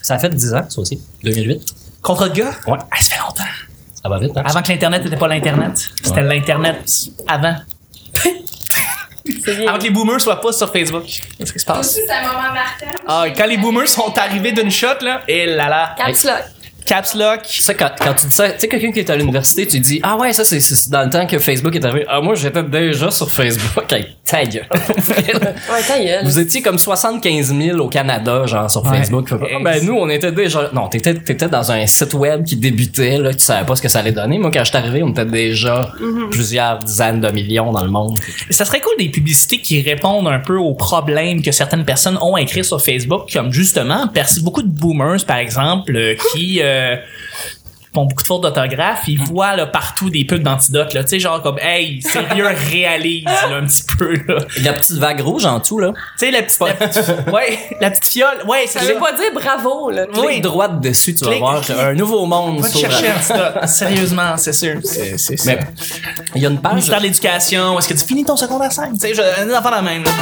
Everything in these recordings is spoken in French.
Ça a fait 10 ans, ça aussi. 2008. Contrat de gars? Ouais. Ah, ça fait longtemps. Ça va vite, hein? Avant que l'Internet n'était pas l'Internet. C'était l'Internet avant. C'est bien. Avant que les boomers soient pas sur Facebook. Qu'est-ce qui se passe? Aussi, c'est un moment marquant. Ah, quand les boomers sont arrivés d'une shot, là, et là là. Caps lock. Caps lock. Ça, quand tu dis ça, tu sais, quelqu'un qui est à l'université, tu dis, ah ouais, ça, c'est dans le temps que Facebook est arrivé. Ah, moi, j'étais déjà sur Facebook. Hey, ta gueule. Ouais, ta gueule. Vous étiez comme 75 000 au Canada, genre, sur Ouais. Facebook. Ah, ben, nous, on était déjà, non, t'étais dans un site web qui débutait, là, tu savais pas ce que ça allait donner. Moi, quand je suis arrivé, on était déjà plusieurs dizaines de millions dans le monde. Ça serait cool des publicités qui répondent un peu aux problèmes que certaines personnes ont à écrire sur Facebook, comme justement, beaucoup de boomers, par exemple, qui font beaucoup de fautes d'orthographe, ils voient là, partout des pubs d'antidote, là, tu sais, genre comme, hey, sérieux, réalise, là, un petit peu, là. La petite vague rouge en dessous, là. Tu sais, la petite fiole, ouais, Ça veut pas dire bravo, là. Clique droite dessus, tu vas Clique. voir un nouveau monde. Va te s'ouvre à chercher toi. antidote. Sérieusement, c'est sûr. C'est ça. Mais il y a une page. Ministère de l'Éducation, est-ce que tu finis ton secondaire 5? Tu sais, un enfant la même, là.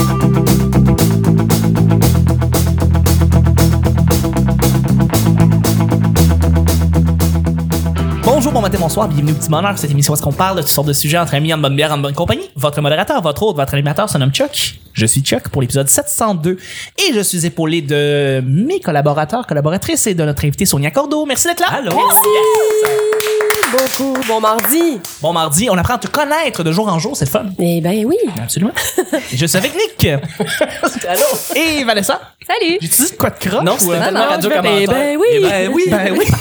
Bonjour, bon matin, bonsoir, bienvenue au Petit Bonheur. Cette émission où est-ce qu'on parle de toutes sortes de sujets entre amis, en bonne bière, en bonne compagnie. Votre modérateur, votre hôte, votre animateur se nomme Chuck. Je suis Chuck pour l'épisode 702 et je suis épaulé de mes collaboratrices et de notre invité Sonia Cordeau. Merci d'être là. Allô. Merci beaucoup. Bon mardi. Bon mardi, on apprend à te connaître de jour en jour, c'est le fun. Eh ben oui. Absolument. Et je suis avec Nick. Allô? Et Vanessa. Salut. J'ai-tu dit de quoi de croche? Non, c'était ou, tellement radio je vais- commentaire. Eh ben oui. Eh ben oui. Ben oui.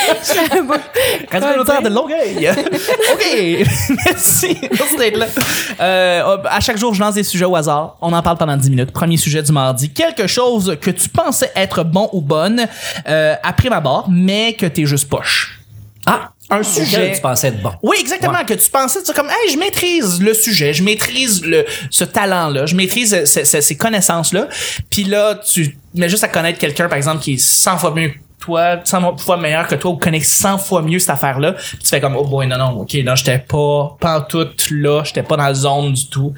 Radio communautaire de Longueuil. OK. Merci. Merci d'être là. À chaque jour, je lance des sujets au hasard. On en parle pendant 10 minutes. Premier sujet du mardi. Quelque chose que tu pensais être bon ou bonne à prime abord, mais que t'es juste poche. Ah, Un sujet. sujet. Tu pensais être bon. Oui, exactement. Ouais. Que tu pensais, tu sais, comme, hey, je maîtrise le sujet, je maîtrise ce talent-là, je maîtrise ces connaissances-là. Puis là, tu mets juste à connaître quelqu'un, par exemple, qui est 100 fois mieux que toi, 100 fois meilleur que toi, ou connaît 100 fois mieux cette affaire-là. Puis tu fais comme, oh boy, non, ok, non, j'étais pas en tout là, j'étais pas dans la zone du tout.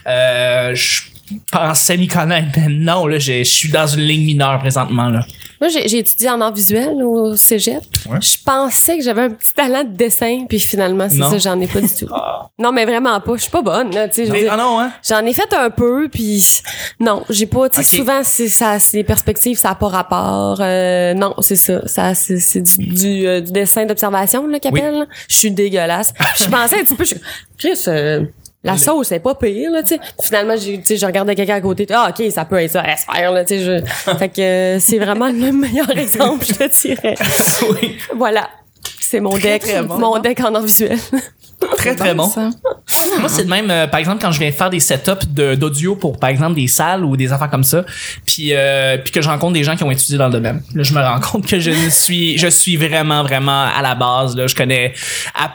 Je pensais m'y connaître, mais non, là, je suis dans une ligne mineure présentement, là. Moi, j'ai étudié en art visuel au cégep. Ouais. Je pensais que j'avais un petit talent de dessin, puis finalement, c'est Non. ça, j'en ai pas du tout. Non, mais vraiment pas. Je suis pas bonne, là, tu sais. je veux dire, Ah non, hein? J'en ai fait un peu, puis non, j'ai pas. Tu sais, Ok. souvent c'est les perspectives, ça a pas rapport. Non, c'est ça. C'est du dessin d'observation là qu'ils appellent. Je suis dégueulasse. Je pensais un petit peu. Chris, la sauce c'est pas pire là, tu sais. Finalement, je regardais quelqu'un à côté. Ah ok, ça peut être ça. Espère là, tu sais. Fait que c'est vraiment le meilleur exemple, je te dirais. Oui. Voilà. C'est mon deck, très bon. mon deck en art visuel. Très, très bon. Moi, c'est de même, par exemple, quand je viens faire des setups d'audio pour, par exemple, des salles ou des affaires comme ça, puis que je rencontre des gens qui ont étudié dans le domaine. Là, je me rends compte que je suis vraiment, vraiment à la base, là. Je connais à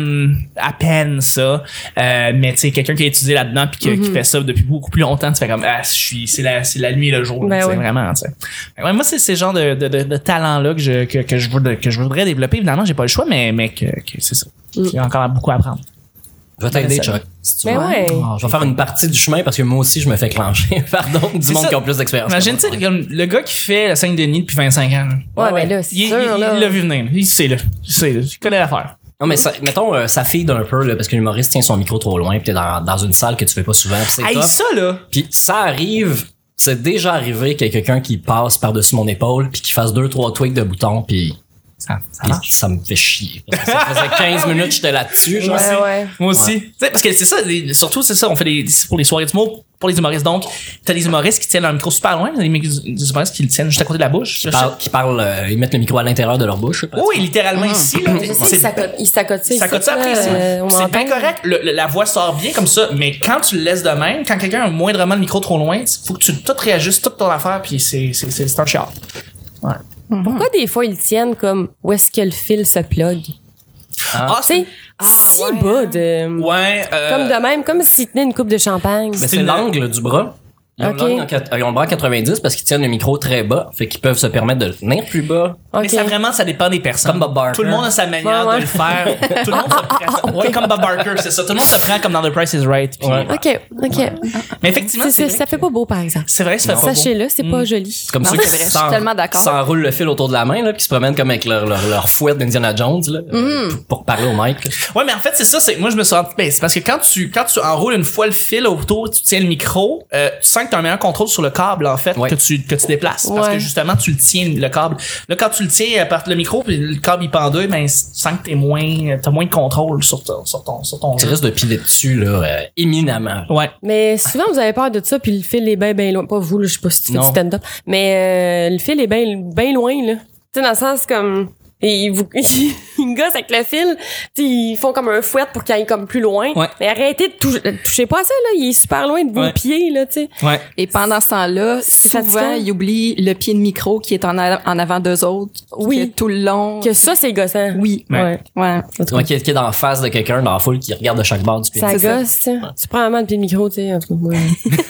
peine ça. Mais tu sais, quelqu'un qui a étudié là-dedans puis qui fait ça depuis beaucoup plus longtemps, tu fais comme, c'est la nuit et le jour. Ben C'est ouais. vraiment, tu sais. Ouais, moi, c'est ce genre de talent-là que je voudrais développer. Évidemment, j'ai pas le choix, mais que c'est ça. J'ai encore beaucoup à apprendre. Je vais t'aider, Ben, Chuck. Si tu Ben veux. ouais. Je vais faire une partie du chemin parce que moi aussi, je me fais clencher par d'autres du C'est monde ça. qui ont plus d'expérience. Imagine, tu sais, comme le gars qui fait la Saint-Denis depuis 25 ans. Là. Ouais, mais là, c'est Il sûr, là. l'a vu venir. Il sait, là. Il connaît l'affaire. Non, mais ça, mettons, ça fille d'un peu, là, parce que l'humoriste tient son micro trop loin, pis t'es dans une salle que tu fais pas souvent, pis c'est Hey, top. ça, là. Puis ça arrive, c'est déjà arrivé qu'il y a quelqu'un qui passe par-dessus mon épaule puis qui fasse 2-3 tweaks de boutons puis Ça marche. ça me fait chier. Parce que ça faisait 15 minutes que j'étais là-dessus, genre. Ouais. Moi aussi. Tu sais, parce que c'est ça, surtout, c'est ça, on fait c'est pour les soirées d'humour, pour les humoristes. Donc, t'as des humoristes qui tiennent un micro super loin, des humoristes qui le tiennent juste à côté de la bouche. Qui parlent, ils mettent le micro à l'intérieur de leur bouche. Oui, littéralement ici, là. Je sais, il s'accote ça. Ça cote ça après, c'est bien correct. La voix sort bien comme ça, mais quand tu le laisses de même, quand quelqu'un a moindrement le micro trop loin, faut que tu tout réajustes toute ton affaire, puis c'est un chiard. Ouais. Pourquoi des fois ils tiennent comme où est-ce que le fil se plug? Ah, Tu sais, si bas de. ouais. Comme de même, comme s'il tenait une coupe de champagne. Mais c'est l'angle du bras. Ils ont, ils ont le bras 90 parce qu'ils tiennent le micro très bas, fait qu'ils peuvent se permettre de le tenir plus bas. Mais ça dépend des personnes. Comme Bob Barker. Tout le monde a sa manière de le faire. Tout le monde se prend. Ouais, comme Bob Barker, c'est ça. Tout le monde se prend comme dans The Price is Right. Puis, OK. Mais effectivement, Ça fait pas beau, par exemple. C'est vrai, ça fait pas beau. Sachez-le, c'est pas joli. C'est comme Non, ceux c'est qui vrai, je suis tellement d'accord. s'enroulent le fil autour de la main, là, puis se promènent comme avec leur fouette d'Indiana Jones, là, pour parler au mic. Ouais, mais en fait, c'est ça. Moi, je me suis rendu. C'est parce que quand tu enroules une fois le fil autour, tu tiens le micro, tu sens que tu as un meilleur contrôle sur le câble, en fait, que tu déplaces. Parce que justement, tu le tiens, le câble. Là, quand tu le tiens par le micro, puis le câble il pendouille, ben, tu sens que t'as moins de contrôle sur ton Tu risques de piler dessus, là, éminemment. Ouais. Mais souvent, vous avez peur de ça, puis le fil est bien loin. Pas vous, là, je sais pas si tu fais du Non. stand-up. Mais le fil est bien loin, là. Tu sais, dans le sens comme... Et ils gossent avec le fil. T'sais, ils font comme un fouet pour qu'il aille comme plus loin. Ouais. Mais arrêtez de touchez pas à ça, là. Il est super loin de vos pieds, là, tu sais. Ouais. Et pendant ce temps-là, souvent, fatigant. ils oublient le pied de micro qui est en avant d'eux autres. Oui. Que tout le long. Que ça, c'est gossant. Oui. Ouais. Ouais. Ouais, qui est dans la face de quelqu'un dans la foule qui regarde de chaque bord du pied. Ça C'est ça. gosse, ça. Tu prends vraiment le pied de micro, tu sais. En tout cas, moi,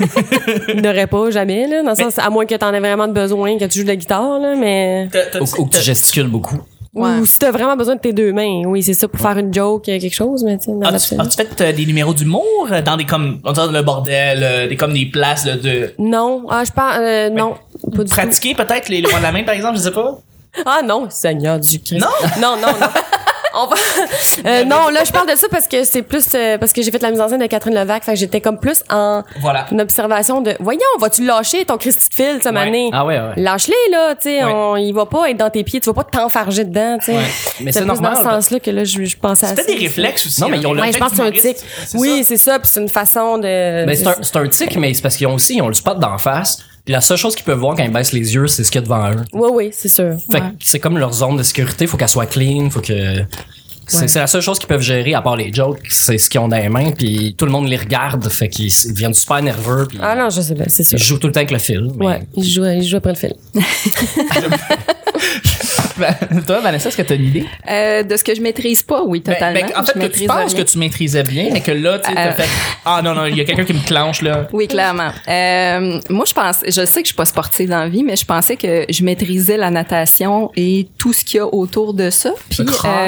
il n'aurait pas jamais, là. Dans le sens, à moins que t'en aies vraiment de besoin, que tu joues de la guitare, là, mais... Ou que tu gesticules beaucoup. Ouais. Ou si t'as vraiment besoin de tes deux mains. Oui, c'est ça, pour faire une joke, quelque chose, mais tu sais, dans As-tu l'absolu. fait des numéros d'humour dans des comme on dirait le bordel, des places là, de Non, je pense, non, pas du tout. pratiquer peut-être les lois de la main par exemple, je sais pas. Ah non, Seigneur du Christ. Non? Non. On va... non, là, je parle de ça parce que c'est plus... parce que j'ai fait la mise en scène de Catherine Levac, fait que j'étais comme plus en Voilà. une observation de... Voyons, vas-tu lâcher ton Christy de fil, ça, mané? Ah ouais. Lâche-les, là, tu sais, Ouais. il va pas être dans tes pieds, tu vas pas t'enfarger dedans, tu sais. Ouais. Mais c'est c'est plus normal. dans ce sens-là que là, je pensais à ça. C'est peut-être des réflexes aussi. Non, mais ils ont le- Ouais, je pense que c'est un tic. Oui, c'est ça, puis c'est une façon de... Ben, c'est un tic, mais c'est parce qu'ils ont le spot d'en face. Puis la seule chose qu'ils peuvent voir quand ils baissent les yeux, c'est ce qu'il y a devant eux. Oui, c'est sûr. Fait que c'est comme leur zone de sécurité, faut qu'elle soit clean, faut que... C'est la seule chose qu'ils peuvent gérer, à part les jokes, c'est ce qu'ils ont dans les mains, puis tout le monde les regarde, fait qu'ils deviennent super nerveux, puis Ah non, je sais pas, c'est sûr. ils jouent tout le temps avec le fil. mais- Ouais, il joue après le film. Toi, Vanessa, est-ce que t'as une idée? De ce que je maîtrise pas, oui, totalement. En fait, Je que tu maîtrise penses rien. que tu maîtrisais bien, mais que là, tu sais, t'as fait ah non, il y a quelqu'un qui me clenche là. Oui, clairement. Moi, je sais que je suis pas sportive dans la vie, mais je pensais que je maîtrisais la natation et tout ce qu'il y a autour de ça. Puis,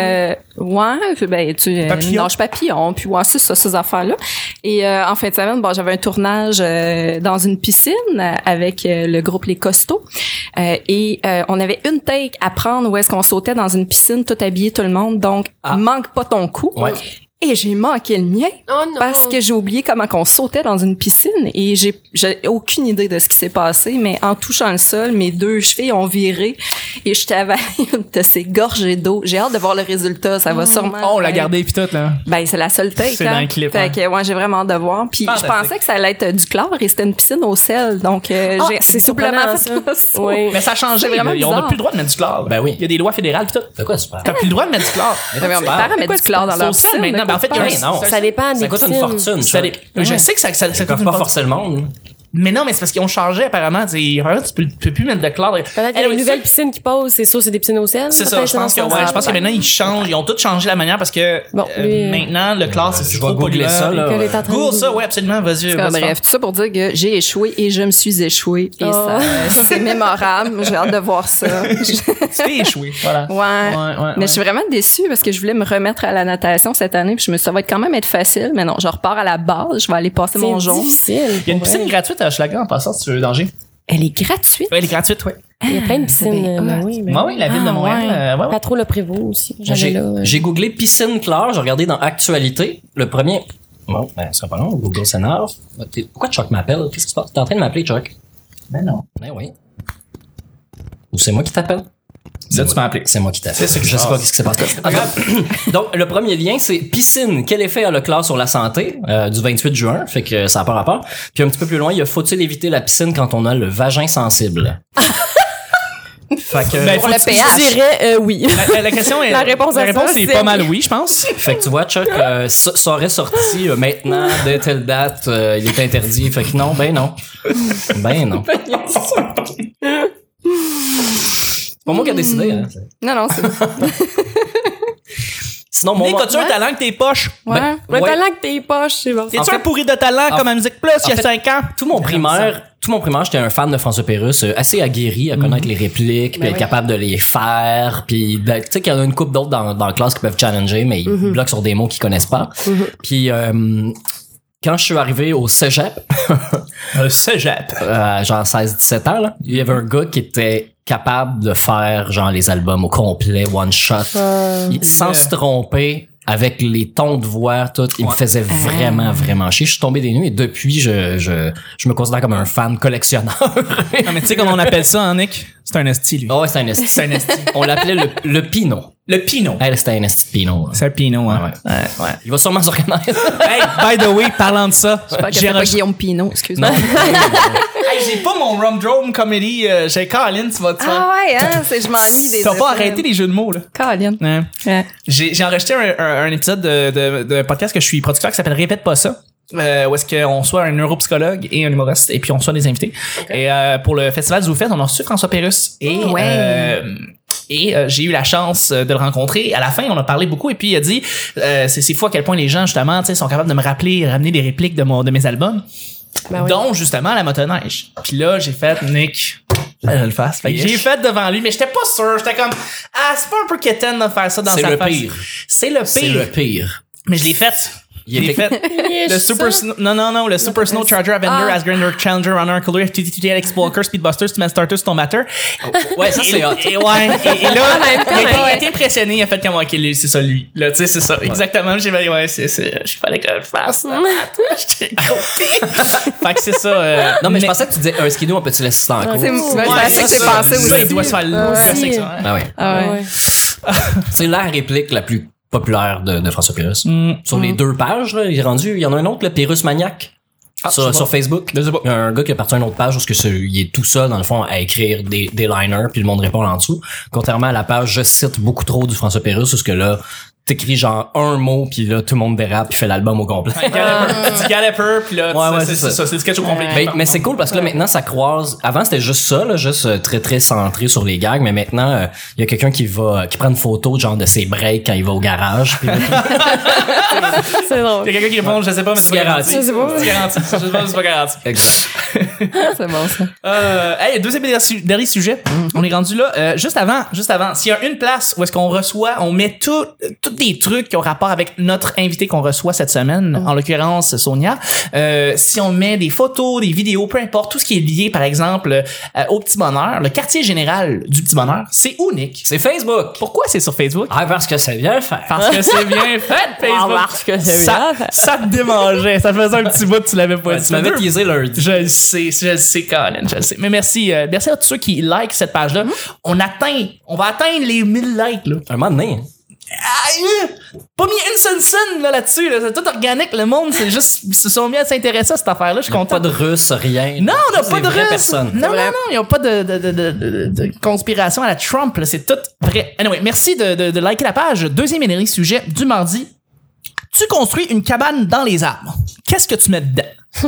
Papillon. nage papillon, puis ouais, c'est ça, ces affaires-là. Et en fin de semaine, j'avais un tournage dans une piscine avec le groupe Les Costauds. Et on avait une take à prendre où est-ce qu'on sautait dans une piscine, tout habillé, tout le monde. Donc, manque pas ton coup. Ouais. Et j'ai manqué le mien Oh non. parce que j'ai oublié comment qu'on sautait dans une piscine et j'ai aucune idée de ce qui s'est passé, mais en touchant le sol, mes deux chevilles ont viré et j'étais avalée de ces gorgées d'eau. J'ai hâte de voir le résultat, ça va sûrement... Oh, on l'a gardé puis tout là. Ben, c'est la seule take. C'est dans le clip, Fait que, j'ai vraiment hâte de voir. Puis, je pensais que ça allait être du chlore et c'était une piscine au sel. Donc, j'ai c'est doublement surprenant, fait ça. ça. Oui. Mais ça a changé. C'est vraiment Là. On n'a bizarre. plus le droit de mettre du chlore. Ben oui. Il y a des lois fédérales pis tout. C'est quoi, super? T'as plus le droit de mettre du chlore. Mes parents mettent du chlore dans C'est leur au sel piscine. maintenant. Ben, en fait, il y a Ben non. Ça dépend des Ça coûte une piscines. fortune. Je sais que ça Ça coûte coûte une pas fortune. forcer le monde. Mais non, mais c'est parce qu'ils ont changé apparemment. Tu peux plus mettre de chlore. Peut-être qu'il y a une nouvelle piscine qui pose, c'est sûr, c'est des piscines au sel. C'est ça, peut-être, je pense que dans ce ouais, sens-là. je pense que maintenant ils changent, ils ont tous changé la manière parce que Bon, lui, maintenant le chlore c'est je trop vais googler polluant. ça, là. Qu'elle est en train de Google dire. ça, ouais, absolument, vas-y. vas-y. Bref, tout ça pour dire que j'ai échoué et je me suis échouée. Et ça, c'est mémorable. J'ai hâte de voir ça. Tu t'es échoué, voilà. Ouais. Mais je suis vraiment déçue parce que je voulais me remettre à la natation cette année. Puis je me suis dit, ça va quand même être facile. Mais non, je repars à la base. Je vais aller passer mon C'est jonc. difficile. Il y a une pour piscine vrai. gratuite à Hochelaga en passant si tu veux danger. Elle est gratuite. Ouais, elle est gratuite, ouais. Il y a plein de piscines. Ben, oui, Ouais, oui, la ville de Montréal. Ouais. Pas trop le Prévost aussi. J'allais là. J'ai googlé piscine chlore, j'ai regardé dans Actualité. Le premier. Bon, ben, ça sera pas long, Google s'énerve. Pourquoi Chuck m'appelle? Qu'est-ce qui se passe? T'es en train de m'appeler, Chuck? Ben non. Ben oui. Ou c'est moi qui t'appelle? Là, tu m'as appelé. C'est moi qui t'appelle. C'est ça qui Je sais se pas passe. ce qui s'est passé. Donc, le premier lien, c'est piscine. Quel effet a le chlore sur la santé? Du 28 juin. Fait que ça n'a pas rapport. Puis un petit peu plus loin, il y a faut-il éviter la piscine quand on a le vagin sensible? Fait que, Ben, Pour le Je pH. dirais oui. La question est. La réponse à ça, est c'est pas mal oui. oui, je pense. fait que tu vois, Chuck, ça aurait sorti maintenant, dès telle date, il est interdit. Fait que non, ben non. Ben non. C'est pas moi qui a décidé, hein. Non, c'est sinon, mon Nick, as-tu un talent que tes poches? Ouais. Le Ouais. talent que t'es poches, c'est bon. T'es-tu En fait- un pourri de talent comme à Musique Plus il y a fait, 5 ans? Tout mon primaire, j'étais un fan de François Pérusse, assez aguerri à connaître les répliques, puis être capable de les faire, puis tu sais qu'il y en a une couple d'autres dans la classe qui peuvent challenger, mais ils bloquent sur des mots qu'ils connaissent pas. Puis quand je suis arrivé au cégep, Cégep. genre 16-17 ans, là, il y avait un gars qui était capable de faire genre les albums au complet, one shot, sans se tromper, avec les tons de voix, tout. Il me faisait vraiment, vraiment chier. Je suis tombé des nues et depuis, je me considère comme un fan collectionneur. Ah, mais tu sais comment on appelle ça, hein, Nick? C'est un esti, lui. Oh, ouais, c'est un esti. C'est un esti. On l'appelait le Pinot. Le Pinot. Elle, c'était un esti Pinot. C'est un Pinot, hein. Ouais. Il va sûrement se reconnaître. Hey, by the way, parlant de ça, J'espère que c'est pas Guillaume Pinot, excuse-moi. Hey, j'ai pas mon Rumdrome Comedy. J'ai Colin, tu vas te faire. Ah ouais, hein, je m'ennuie des T'as pas arrêté les jeux de mots, là. Colin. Ouais. Ouais. J'ai enregistré un épisode de podcast que je suis producteur qui s'appelle Répète pas ça. Où est-ce qu'on soit un neuropsychologue et un humoriste et puis on soit des invités. Et pour le festival Zoufest, on a reçu François Pérusse et j'ai eu la chance de le rencontrer. À la fin, on a parlé beaucoup et puis il a dit c'est fou à quel point les gens justement, tu sais, sont capables de me ramener des répliques de mes albums. Ben oui. Dont justement la motoneige. Puis là, j'ai fait Nick, je le fasse. Fait que j'ai fait devant lui, mais j'étais pas sûr. J'étais comme c'est pas un peu quétaine de faire ça dans C'est sa le face. pire. C'est le pire. C'est le pire. Mais je l'ai fait. Il était- fait. Le Super Snow, non, le Super Snow Charger Avenger, Asgrander Challenger Runner Cooler FTTT Alex Walker Speedbuster Steam Starter Stone Matter. Ouais, ça c'est hot. Et ouais, et là, il a été impressionné, il a fait comme OK, lui, c'est ça lui. Là, tu sais, c'est ça. Exactement, j'ai dit ouais, je fallait que je le fasse. J'étais copie. Fait que c'est ça. Non, mais je pensais que tu disais un skidoo, un petit l'assistant en cours. C'est Ouais, c'est que j'ai pensé ça, aussi. il doit se faire le ça. Ah ouais. Ah ouais. C'est la réplique la plus populaire de François Pérusse. Sur les 2 pages, là, il y en a un autre, le Pérusse Maniac. Sur Facebook. Il y a un gars qui a parti à une autre page où il est tout seul, dans le fond, à écrire des liners, puis le monde répond en dessous. Contrairement à la page, je cite beaucoup trop du François Pérusse, parce que là, t'écris genre un mot, puis là, tout le monde dérape, puis fait l'album au complet. Du Galloper, puis là, Ouais, c'est ça, c'est du sketch au complet. Mais c'est cool parce que là maintenant ça croise. Avant c'était juste ça, là, juste très très centré sur les gags, mais maintenant il y a quelqu'un qui prend une photo genre de ses breaks quand il va au garage. Puis là, C'est drôle. Il y a quelqu'un qui répond, je sais pas, mais c'est pas garanti. Je sais pas. C'est garanti. Je sais pas, mais c'est pas garanti. exact. C'est bon ça. Hey, deuxième dernier sujet. On est rendu là. Juste avant, s'il y a une place où est-ce qu'on reçoit, on met tous des trucs qui ont rapport avec notre invité qu'on reçoit cette semaine, en l'occurrence Sonia. Si on met des photos, des vidéos, peu importe, tout ce qui est lié, par exemple, au Petit Bonheur, le quartier général du Petit Bonheur, c'est où, Nick? C'est Facebook. Pourquoi c'est sur Facebook? Ah, parce que c'est bien fait. Parce que c'est bien fait, Facebook. Parce que c'est ça, bien fait. ça te démangeait. Ça faisait un petit bout que tu l'avais pas dit. Tu m'avais teasé lundi. Je le sais, Colin, je le sais. Mais merci à tous ceux qui likent cette page-là. On va atteindre les 1000 likes, là. Un moment donné. Pas mis une seule scène là-dessus, là. C'est tout organique. Le monde, c'est juste, ils se sont mis à s'intéresser à cette affaire-là. Je suis content. Pas de Russes, rien. Non, on n'a Juste pas des de vraies Russes. personnes. Non, il n'y a pas de conspiration à la Trump, là. C'est tout vrai. Anyway, merci de liker la page. Deuxième énergie sujet du mardi. Tu construis une cabane dans les arbres. Qu'est-ce que tu mets dedans?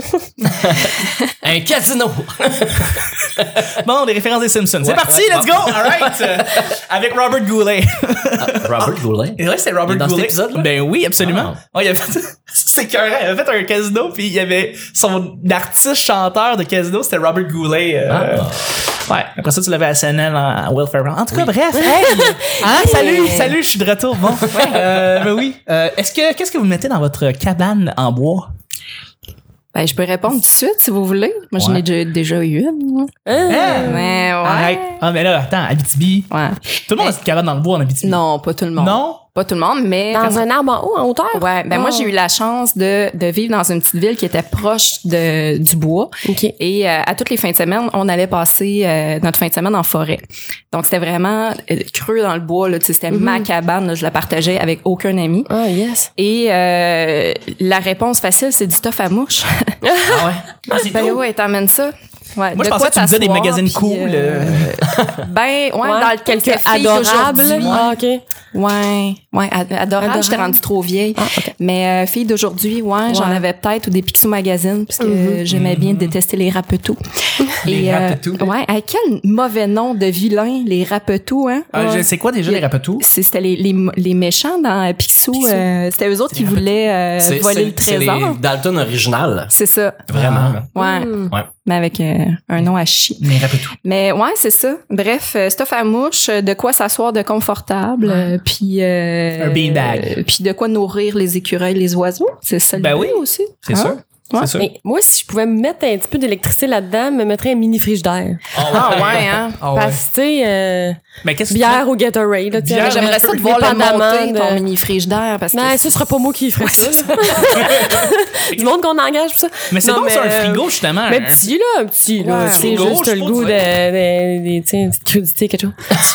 Un casino. Bon, des références des Simpsons. C'est Ouais, parti, ouais, let's go! All right. Avec Robert Goulet. Robert Goulet. Et ouais, c'est Robert Il est dans Goulet. cet épisode-là? Ben oui, absolument. Ah. Ouais, il a fait, c'est écœurant. Il a fait un casino, puis il y avait son artiste chanteur de casino, c'était Robert Goulet. Ouais. Après ça, tu l'avais à SNL en Will Ferrell. En tout cas, bref. Hey! Hein? Salut, je suis de retour. Bon. Ben oui. Qu'est-ce que vous mettez dans votre cabane en bois? Ben, je peux répondre tout de suite si vous voulez. Moi, j'en ai déjà eu une. moi. Hein? Mais ouais. Arrête. Ah, mais là, attends, Abitibi. Ouais. Tout le monde a cette cabane dans le bois en Abitibi. Non, pas tout le monde. Non? Pas tout le monde, mais... Dans un arbre en haut, en hauteur? Ouais, ben moi, j'ai eu la chance de vivre dans une petite ville qui était proche du bois. OK. Et à toutes les fins de semaine, on allait passer notre fin de semaine en forêt. Donc, c'était vraiment creux dans le bois. Là, c'était ma cabane. Là, je la partageais avec aucun ami. Ah, yes. Et la réponse facile, c'est du tof à mouche. Ah ouais. Ah, c'est Ben tout. ouais, t'emmènes ça. Ouais, Moi, je de pensais quoi que tu disais des t'asseoir, magazines puis, cool. Ben, dans le quelques quelques filles adorables. d'aujourd'hui. Ah, OK. Adorable, j'étais rendue trop vieille. Ah, OK. Mais filles d'aujourd'hui, j'en avais peut-être, ou des Picsou Magazine, parce que j'aimais bien détester les rapetous. Les rapetous. Quel mauvais nom de vilain, les rapetous, hein? C'est quoi déjà les rapetous? C'était les méchants dans Picsou. C'était eux autres qui voulaient voler le C'est les trésor. Dalton original. C'est ça. Vraiment. Ouais. Ouais. Mais avec un nom à chier. Les rapetous. Mais c'est ça. Bref, stuff à mouche, de quoi s'asseoir de confortable, puis un beanbag. Puis de quoi nourrir les écureuils, les oiseaux. C'est ça. Ben oui, aussi. C'est sûr. Ouais. C'est sûr. Mais moi, si je pouvais me mettre un petit peu d'électricité là-dedans, me mettrais un mini frigidaire. Hein. Parce que, tu sais, Mais qu'est-ce que bière ou Gatorade, là, tu sais, Bière, J'aimerais ça de voir le dépendamment monter, ton de- mini frigidaire, parce que Mais ce sera pas moi qui ferait ça. là. Du monde qu'on engage pour ça. Mais c'est Non, bon, c'est un frigo, justement. Mais petit, là, un petit, là. Ouais, Tu sais, frigo, juste je le sais goût pas, de tu sais, une petite crudité, quelque chose.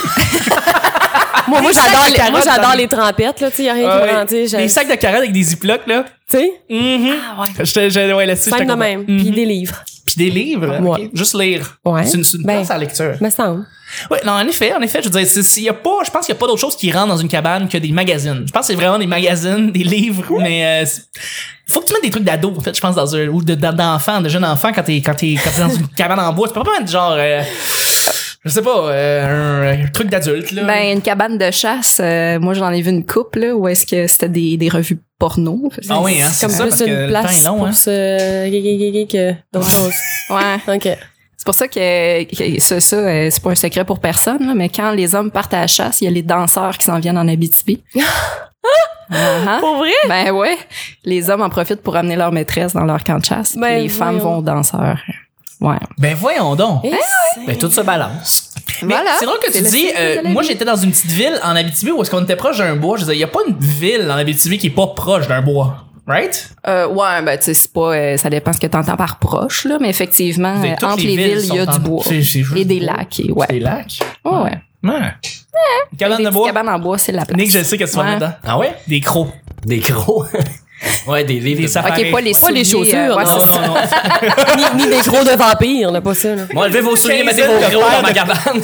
moi, Des sacs de j'adore carottes j'adore dans les trempettes, là, tu sais, y a rien Ah qui me rend, ouais. tu sais, Des sacs de carottes avec des ziplocs, là. tu sais, Ouais, là-dessus, simple de j'étais même. content. Puis des livres. Puis des livres. Ouais. ok. Juste lire. Ouais. C'est une Ben, place à la lecture. me semble. Oui, non, en effet, je veux dire, je pense qu'il n'y a pas d'autre chose qui rentre dans une cabane que des magazines. Je pense que c'est vraiment des magazines, des livres, mais faut que tu mettes des trucs d'ado, en fait, je pense, ou d'enfants, de jeunes enfants, quand t'es dans une cabane en bois. Tu peux pas mettre genre, je sais pas, un truc d'adulte, là. ben une cabane de chasse, moi j'en ai vu une couple là, où est-ce que c'était des revues porno. Ah oui, hein, c'est Comme ça, plus parce que une le temps place est long, pour hein. que d'autres choses. Ouais. OK. C'est pour ça que ça, c'est pas un secret pour personne, là, mais quand les hommes partent à la chasse, il y a les danseurs qui s'en viennent en Abitibi. Uh-huh. Pour vrai? Ben ouais. Les hommes en profitent pour amener leur maîtresse dans leur camp de chasse. Ben, puis les femmes voyons. vont aux danseurs. Ouais. Ben voyons donc. Ben, tout se balance. Mais Voilà. c'est drôle que tu C'est le dis, cycle de la moi vie. j'étais dans une petite ville en Abitibi où est-ce qu'on était proche d'un bois. Je disais, il y a pas une ville en Abitibi qui est pas proche d'un bois. Right? Ouais, ben tu sais, c'est pas, ça dépend ce que t'entends par proche, là, mais effectivement, Mais toutes entre les villes, il y a sont du en- bois. c'est juste Et des du bois. lacs, et ouais. Des lacs? Ouais, ouais. Ouais. Une cabane Des de petites bois. cabanes en bois, c'est la place. Nick, je sais qu'est-ce que tu vas Ouais. mettre dedans. Ah ouais? Des crocs. Des crocs. Ouais, des livres. Des safaris. Ok, pas les Pas les souliers, chaussures, ouais, non, c'est ça. Non. ni des gros de vampires, là, pas ça, là. Bon, levez vos souliers, mettez Quinzaine vos de crocs paires dans ma de- cabane.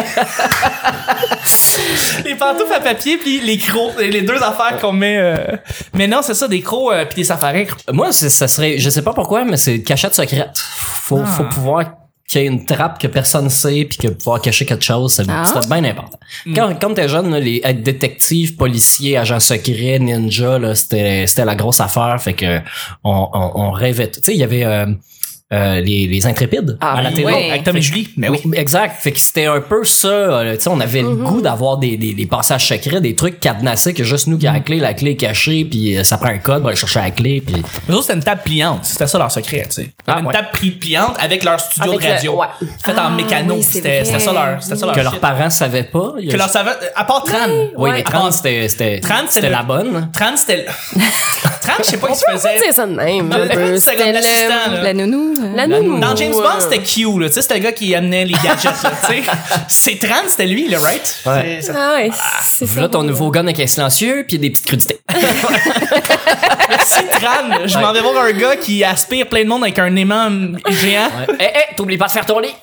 Les pantoufles à papier puis les crocs. Les deux affaires qu'on met. Mais non, c'est ça, des crocs puis des safaris. Moi, ça serait, je sais pas pourquoi, mais c'est cachette secrète. Faut pouvoir qu'il y ait une trappe que personne sait puis que pouvoir cacher quelque chose, c'est bien important. Quand t'es jeune, là, être détective, policier, agent secret, ninja, là, c'était la grosse affaire. Fait que on rêvait. Tu sais, il y avait les Intrépides à la télé. oui. Avec Tom et Julie. Mais oui. Exact. Fait que c'était un peu ça. Tu sais, on avait le goût d'avoir des passages secrets, des trucs cadenassés que juste nous qui a la clé est cachée, puis ça prend un code, on va aller chercher la clé, puis Eux autres, c'était une table pliante. C'était ça leur secret, tu sais. Il y avait une ouais. table pliante avec leur studio Avec de radio. ouais. Fait en mécano. oui, c'est C'était vrai. ça leur que leurs shit. parents savaient pas. Il y a Que leur savait. À part Tran. Oui, mais À Tran, part- c'était Tran, c'était la le- bonne. Tran, c'était. Tran, je sais pas ce On qu'il peut faisait. dire ça de même. Non, un peu. c'était comme l'assistant, là. La nounou. La nounou. Dans James Bond, c'était Q, là. Tu sais, c'était le gars qui amenait les gadgets, là. Tu sais. C'est Tran, c'était lui, là, right? Ouais. C'est- Ah ouais, c'est ça. Là, ton nouveau gun avec un silencieux, puis des petites crudités. C'est Tran. Je m'en vais voir un gars qui aspire plein de monde avec un aimant géant. T'oublies pas de faire ton lit.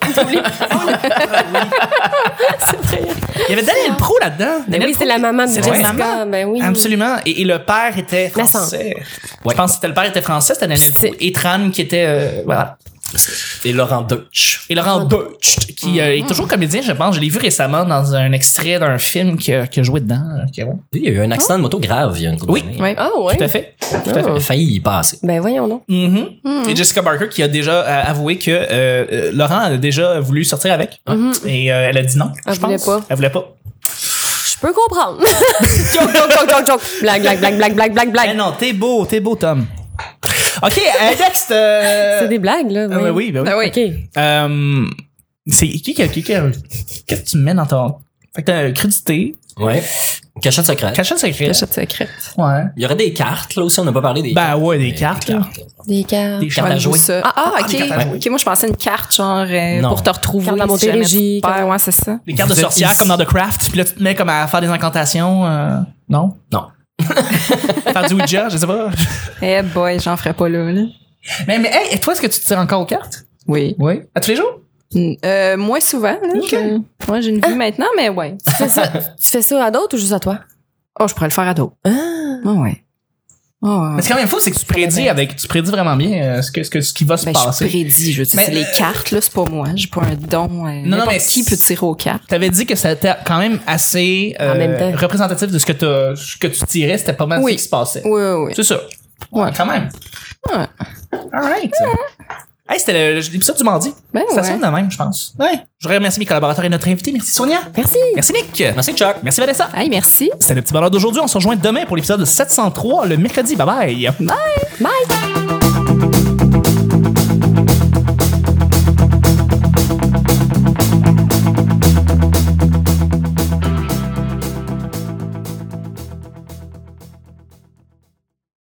Il y avait Daniel Pro là-dedans. Ben Daniel oui, Pro. c'est la maman de C'est la Jessica. maman. Ben oui. Absolument. Et le père était La français. Ouais. Je pense que c'était le père était français, c'était Daniel C'est- Pro. Et Tran qui était... voilà. Et Laurent Deutsch. Et Laurent Deutsch, qui est toujours comédien, je pense. Je l'ai vu récemment dans un extrait d'un film qui a joué dedans. Il y a eu un accident de moto grave il y a une couple Oui. d'années. Ouais. Ah ouais. Tout à fait. Il a failli y passer. Ben voyons donc. Et Jessica Barker qui a déjà avoué que Laurent a déjà voulu sortir avec. Et elle a dit non. Elle je voulait pense. pas. Elle voulait pas. Je peux comprendre. Joke. Blague. Eh non, t'es beau, Tom. OK, next. C'est des blagues, là. Ah, oui. Ben oui. OK. C'est qu'est-ce que tu mets dans ton... Fait que t'as crudité, Ouais. Cachette secrète. cachette secret. Cachette secrète. Ouais. Il y aurait des cartes, là aussi, on n'a pas parlé des Ben cartes. ouais, des cartes, là. Des cartes. Des cartes à Ouais, jouer. ça. Ok. des cartes à jouer. Ok, moi, je pensais une carte, genre, Non. pour te retrouver. Carte de la si jamais Montérégie, tu te perds. carte- Ouais, c'est ça. Des cartes de Vous êtes sorcière ici. comme dans The Craft, puis là tu te mets comme à faire des incantations, non? Non. Faire du Ouija, je sais pas. Eh boy, j'en ferais pas là. Mais hey, toi, est-ce que tu tires encore aux cartes? Oui. Oui. À tous les jours? Moins souvent. Là, Ok. Moi, j'ai une vie maintenant, mais ouais. Tu fais ça à d'autres ou juste à toi? Oh, je pourrais le faire à d'autres. Ah. Oh, ouais. Oh, Mais c'est quand même fou, c'est que tu prédis vraiment bien ce qui va se ben, passer. je prédis, je sais. Mais, C'est les cartes, là, c'est pas moi. J'ai pas un don. non, mais qui peut tirer aux cartes? T'avais dit que c'était quand même assez En même temps. représentatif de ce que tu tirais, c'était pas mal Oui. ce qui se passait. Oui, oui, oui. C'est ça. Ouais, quand même. Ouais. Alright. Hey, c'était l'épisode du mardi. Ben Ça ouais. sonne de même, je pense. Ouais. Je voudrais remercier mes collaborateurs et notre invité. Merci Sonia. Merci. Merci Nick. Merci, Chuck. Merci Vanessa. Hey, merci. C'est le petit bonheur d'aujourd'hui. On se rejoint demain pour l'épisode 703, le mercredi. Bye bye. Bye.